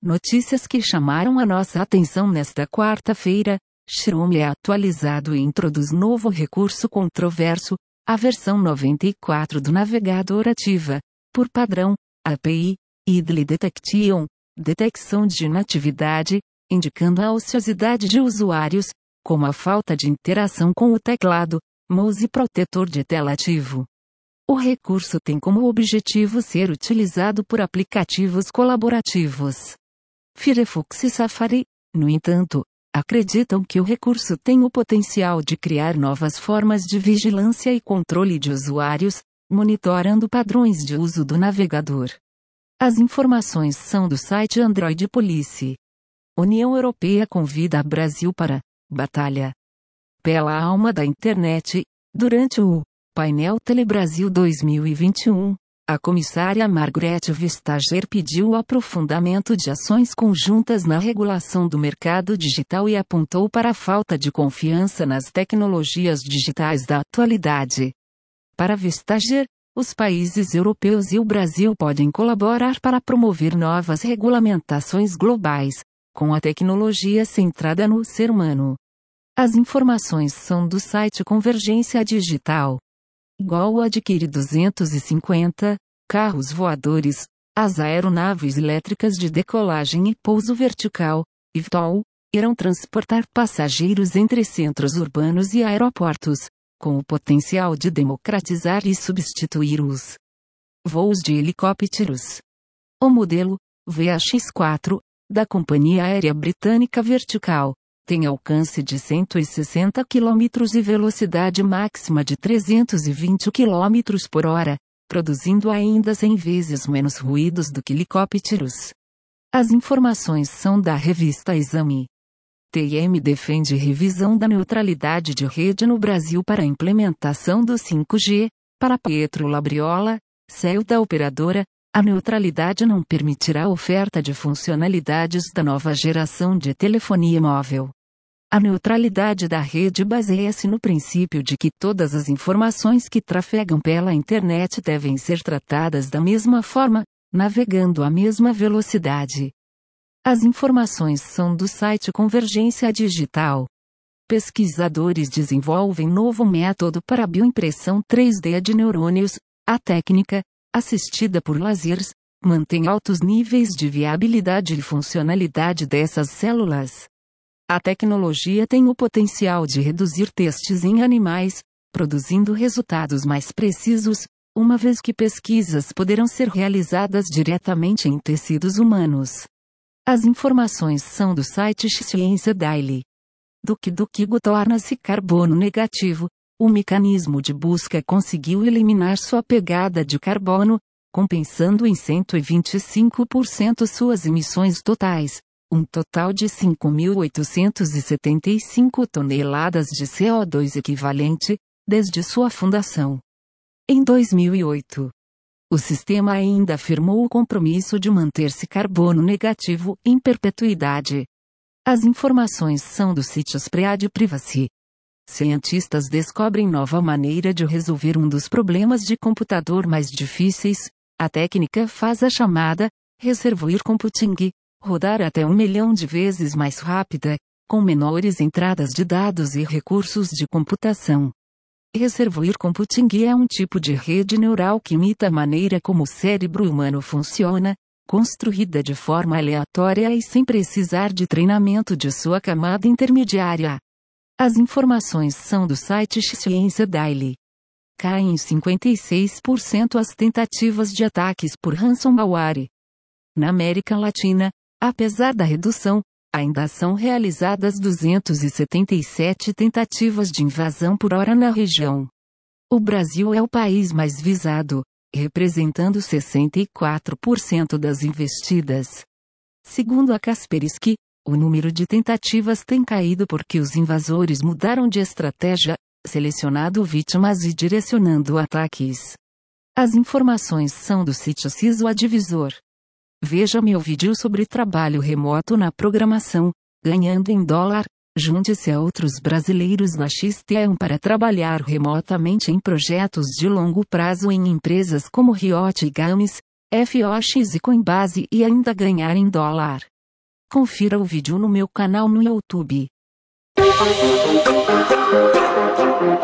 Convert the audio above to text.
Notícias que chamaram a nossa atenção nesta quarta-feira. Chrome é atualizado e introduz novo recurso controverso, a versão 94 do navegador ativa, por padrão, API, Idle Detection, detecção de inatividade, indicando a ociosidade de usuários, como a falta de interação com o teclado, mouse protetor de tela ativo. O recurso tem como objetivo ser utilizado por aplicativos colaborativos. Firefox e Safari, no entanto, acreditam que o recurso tem o potencial de criar novas formas de vigilância e controle de usuários, monitorando padrões de uso do navegador. As informações são do site Android Police. União Europeia convida o Brasil para batalha pela alma da internet. Durante o painel Telebrasil 2021, a comissária Margrethe Vestager pediu o aprofundamento de ações conjuntas na regulação do mercado digital e apontou para a falta de confiança nas tecnologias digitais da atualidade. Para Vestager, os países europeus e o Brasil podem colaborar para promover novas regulamentações globais, com a tecnologia centrada no ser humano. As informações são do site Convergência Digital. Gol adquire 250 carros voadores, as aeronaves elétricas de decolagem e pouso vertical, eVTOL, irão transportar passageiros entre centros urbanos e aeroportos, com o potencial de democratizar e substituir os voos de helicópteros. O modelo, VAX-4, da companhia aérea britânica Vertical, tem alcance de 160 km e velocidade máxima de 320 km por hora, produzindo ainda 100 vezes menos ruídos do que helicópteros. As informações são da revista Exame. TM defende revisão da neutralidade de rede no Brasil para a implementação do 5G. Para Pietro Labriola, CEO da operadora, a neutralidade não permitirá a oferta de funcionalidades da nova geração de telefonia móvel. A neutralidade da rede baseia-se no princípio de que todas as informações que trafegam pela internet devem ser tratadas da mesma forma, navegando à mesma velocidade. As informações são do site Convergência Digital. Pesquisadores desenvolvem novo método para bioimpressão 3D de neurônios. A técnica, assistida por lasers, mantém altos níveis de viabilidade e funcionalidade dessas células. A tecnologia tem o potencial de reduzir testes em animais, produzindo resultados mais precisos, uma vez que pesquisas poderão ser realizadas diretamente em tecidos humanos. As informações são do site Ciência Daily. DuckDuckGo torna-se carbono negativo. O mecanismo de busca conseguiu eliminar sua pegada de carbono, compensando em 125% suas emissões totais, um total de 5.875 toneladas de CO2 equivalente, desde sua fundação. Em 2008, o sistema ainda afirmou o compromisso de manter-se carbono negativo em perpetuidade. As informações são do sítio Spread Privacy. Cientistas descobrem nova maneira de resolver um dos problemas de computador mais difíceis. A técnica faz a chamada Reservoir Computing rodar até 1 milhão de vezes mais rápida, com menores entradas de dados e recursos de computação. Reservoir Computing é um tipo de rede neural que imita a maneira como o cérebro humano funciona, construída de forma aleatória e sem precisar de treinamento de sua camada intermediária. As informações são do site Ciência Daily. Caem 56% as tentativas de ataques por ransomware. Na América Latina, apesar da redução, ainda são realizadas 277 tentativas de invasão por hora na região. O Brasil é o país mais visado, representando 64% das investidas. Segundo a Kaspersky, o número de tentativas tem caído porque os invasores mudaram de estratégia, selecionando vítimas e direcionando ataques. As informações são do sítio CISO Advisor. Veja meu vídeo sobre trabalho remoto na programação, ganhando em dólar. Junte-se a outros brasileiros na XTM para trabalhar remotamente em projetos de longo prazo em empresas como Riot Games, FOX e Coinbase e ainda ganhar em dólar. Confira o vídeo no meu canal no YouTube.